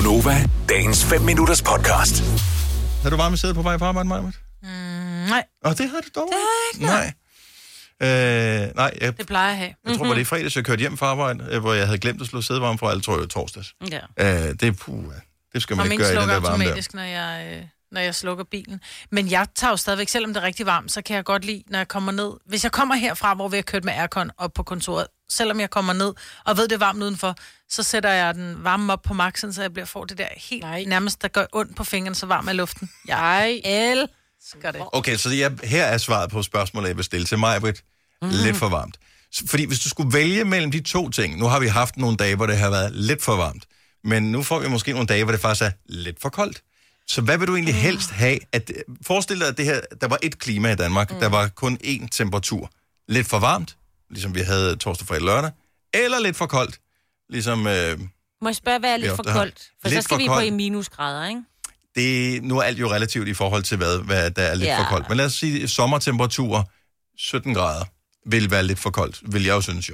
Gonova, dagens 5 minutters podcast. Har du varme sæde på vej på arbejde, Maja? Nej. Åh, det havde du dog. Det har jeg ikke, nej. Det plejer jeg at have. Jeg tror, det var det i fredags, jeg kørte hjem fra arbejde, hvor jeg havde glemt at slå sædevarme fra, eller tror jeg, torsdags. Ja. Det skal man Og ikke gøre i den der varme der. automatisk, når jeg slukker bilen. Men jeg tager jo stadigvæk, selvom det er rigtig varmt, så kan jeg godt lide, når jeg kommer ned. Hvis jeg kommer herfra, hvor vi har kørt med aircon op på kontoret, selvom jeg kommer ned og ved, det er varmt udenfor, så sætter jeg den varme op på maxen, så jeg får det der helt nærmest, der gør ondt på fingrene, så varm er luften. Jeg elsker det. Okay, så her er svaret på spørgsmålet, jeg vil stille til mig, Britt. Lidt for varmt. Fordi hvis du skulle vælge mellem de to ting, nu har vi haft nogle dage, hvor det har været lidt for varmt, men nu får vi måske nogle dage, hvor det faktisk er lidt for koldt. Så hvad vil du egentlig helst have? Forestil dig, at det her, der var et klima i Danmark, der var kun én temperatur. Lidt for varmt, ligesom vi havde torsdag, fredag, lørdag, eller lidt for koldt, ligesom... Må jeg spørge, hvad er lidt for koldt? For så skal vi på i minusgrader, ikke? Nu er alt jo relativt i forhold til, hvad der er lidt for koldt. Men lad os sige, sommertemperatur 17 grader vil være lidt for koldt, vil jeg jo synes jo.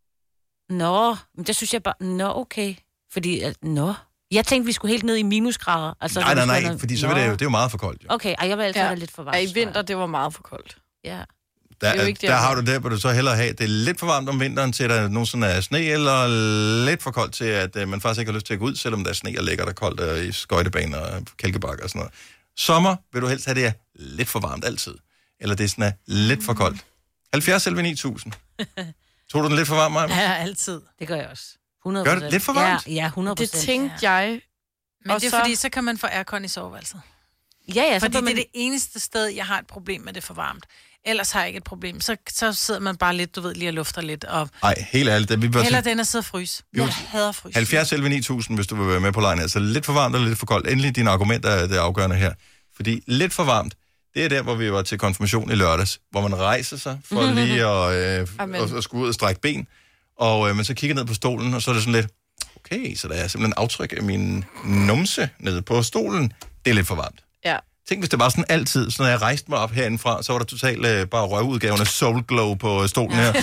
Nå, men der synes jeg bare, okay. Fordi, jeg tænkte, vi skulle helt ned i minusgrader. Altså, nej, fordi så vil det er jo meget for koldt. Jo. Okay, jeg vil altid være lidt for varmt. Ja, i vinter, det var meget for koldt. Ja. Der har du det, hvor du så hellere have, det er lidt for varmt om vinteren, til der nogensinde er sne, eller lidt for koldt til, at man faktisk ikke har lyst til at gå ud, selvom der er sne og lækkert og koldt og i skøjtebaner og kælkebakker og sådan noget. Sommer vil du helst have, det er lidt for varmt altid. Eller det er sådan lidt for koldt. 70 11 9000. Tog du den lidt for varmt, Maja? Ja, altid. Det gør jeg også. 100%. Gør det lidt for varmt? Ja, 100%. Det tænkte jeg. Men og det er fordi, så kan man få aircon i soveværelset. Ja, fordi det er det eneste sted, jeg har et problem med, det for varmt. Ellers har jeg ikke et problem. Så sidder man bare lidt, lige og lufter lidt. Nej, helt ærligt. Heller den at sidde og fryse. Jeg hader fryse. 70 11 9000, hvis du vil være med på lejen. Altså lidt for varmt eller lidt for koldt. Endelig dine argumenter er det afgørende her. Fordi lidt for varmt, det er der, hvor vi var til konfirmation i lørdags, hvor man rejser sig for lige at skulle ud og strække ben. Og man så kigger ned på stolen, og så er det sådan lidt, okay, så der er simpelthen aftryk af min numse nede på stolen. Det er lidt for varmt. Ja. Tænk, hvis det var sådan altid, så når jeg rejste mig op herindefra, så var der totalt bare røvudgaven af Soul Glow på stolen her.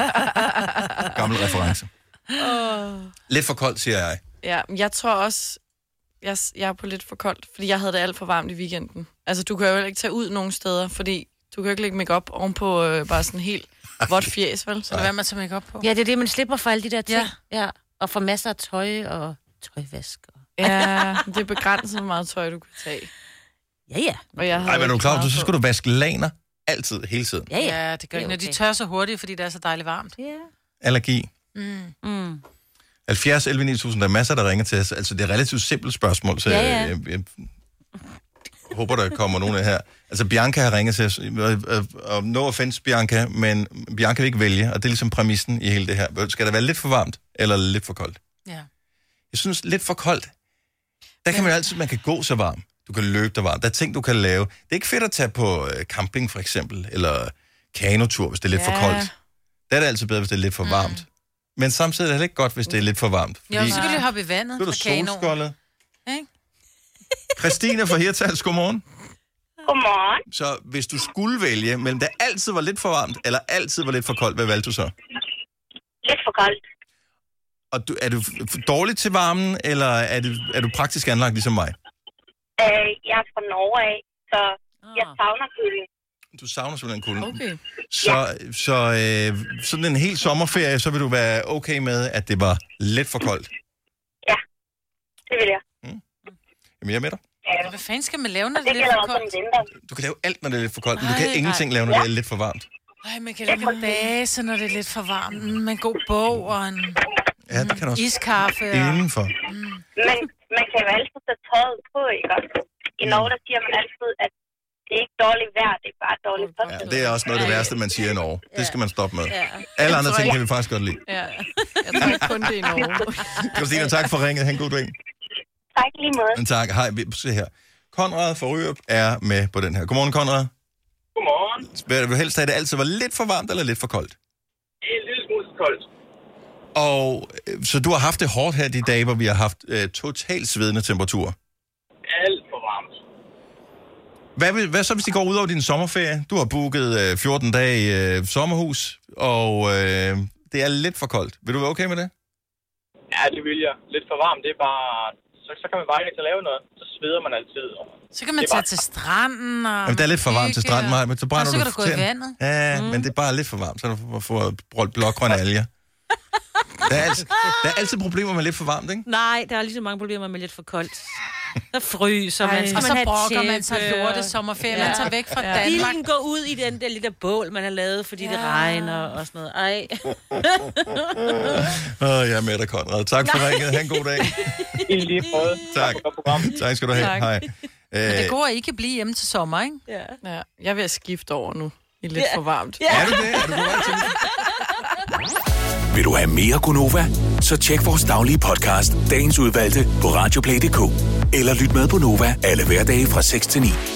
Gammel reference. Lidt for koldt, siger jeg. Ja, jeg tror også, jeg er på lidt for koldt, fordi jeg havde det alt for varmt i weekenden. Altså, du kan jo ikke tage ud nogen steder, fordi du kan jo ikke lægge make-up ovenpå bare sådan helt vådt fjes, vel? Så hvad man tager make-up på? Ja, det er det, man slipper for alle de der ting. Ja. Og får masser af tøj og tøjvask. Ja, det er begrænset, hvor meget tøj, du kan tage. Ja. Nej, men er du klar, så skal du vaske laner altid, hele tiden. Ja, det gør ikke. Når de tør så hurtigt, fordi det er så dejligt varmt. Ja. Allergi. 70 11 9000, der er masser, der ringer til os. Altså, det er et relativt simpelt spørgsmål, så jeg håber, der kommer nogen af her. Altså, Bianca har ringet til os, og no offense, Bianca, men Bianca vil ikke vælge, og det er ligesom præmissen i hele det her. Skal der være lidt for varmt, eller lidt for koldt? Ja. Jeg synes, lidt for koldt, der kan man jo altid, man kan gå så varm. Du kan løbe der varmt. Der er ting, du kan lave. Det er ikke fedt at tage på camping, for eksempel, eller kanotur, hvis det er lidt for koldt. Der er det altid bedre, hvis det er lidt for varmt. Men samtidig er det heller ikke godt, hvis det er lidt for varmt. Jo, så kan du hoppe i vandet fra kanoen. Solskoldet. Christine fra Hirtals, godmorgen. Godmorgen. Så hvis du skulle vælge, mellem det altid var lidt for varmt, eller altid var lidt for koldt, hvad valgte du så? Lidt for koldt. Og er du dårlig til varmen, eller er du praktisk anlagt ligesom mig? Jeg er fra Norge af, så jeg savner kulden. Du savner simpelthen kulden. Okay. Så sådan en hel sommerferie, så vil du være okay med, at det var lidt for koldt? Ja, det vil jeg. Jamen, jeg er med dig. Hvad fanden skal man lave, når det er lidt for koldt? Du kan lave alt, når det er lidt for koldt, men du kan ingenting lave, når det er lidt for varmt. Nej, man kan lave en base, når det er lidt for varmt. Med en god bog og en det kan også. iskaffe. Indenfor. Men man kan jo altid tage tøjet på, ikke også? I Norge, der siger man altid, at det er ikke dårligt vejr, det er bare dårligt tøj. Ja, det er også noget af det værste, man siger i Norge. Det skal man stoppe med. Alle andre ting kan vi faktisk godt lide. Ja, jeg tror ikke kun det i Norge. Christina, tak for ringet. Ha' en god dag. Tak lige måde. Tak. Hej, se her. Konrad fra Ryrup er med på den her. Godmorgen, Konrad. Godmorgen. Vil du helst have, at det altid var lidt for varmt eller lidt for koldt? En lille smule for koldt. Og så du har haft det hårdt her de dage, hvor vi har haft totalt svedende temperaturer? Alt for varmt. Hvad så, hvis de går ud over din sommerferie? Du har booket 14 dage i sommerhus, og det er lidt for koldt. Vil du være okay med det? Ja, det vil jeg. Lidt for varmt, det er bare så kan man bare ikke lave noget. Så sveder man altid. Og Så kan man det er tage bare- til stranden og... Jamen, det er lidt for varmt til stranden, Maja, men så brænder Og så kan du du gå i tænden. vandet. Ja, men det er bare lidt for varmt, så du får blågrønne alger. Der er altid problemer med lidt for varmt, ikke? Nej, der er lige så mange problemer med lidt for koldt. Så fryser man. Og så brokker man sig lorte sommerferie. Man tager væk fra Danmark. Bilen går ud i den der lille bål, man har lavet, fordi det regner og sådan noget. Ej. Jeg er med dig, Conrad. Tak for ringet. Ha' en god dag. I lige måde. Tak. Tak skal du have. Tak. Hej. Men det går ikke at blive hjemme til sommer, ikke? Ja, jeg vil skifte over nu. I lidt for varmt. Er du det? Er du på vej til det? Vil du have mere Gunova? Så tjek vores daglige podcast, dagens udvalgte, på radioplay.dk. Eller lyt med på Nova alle hverdage fra 6 til 9.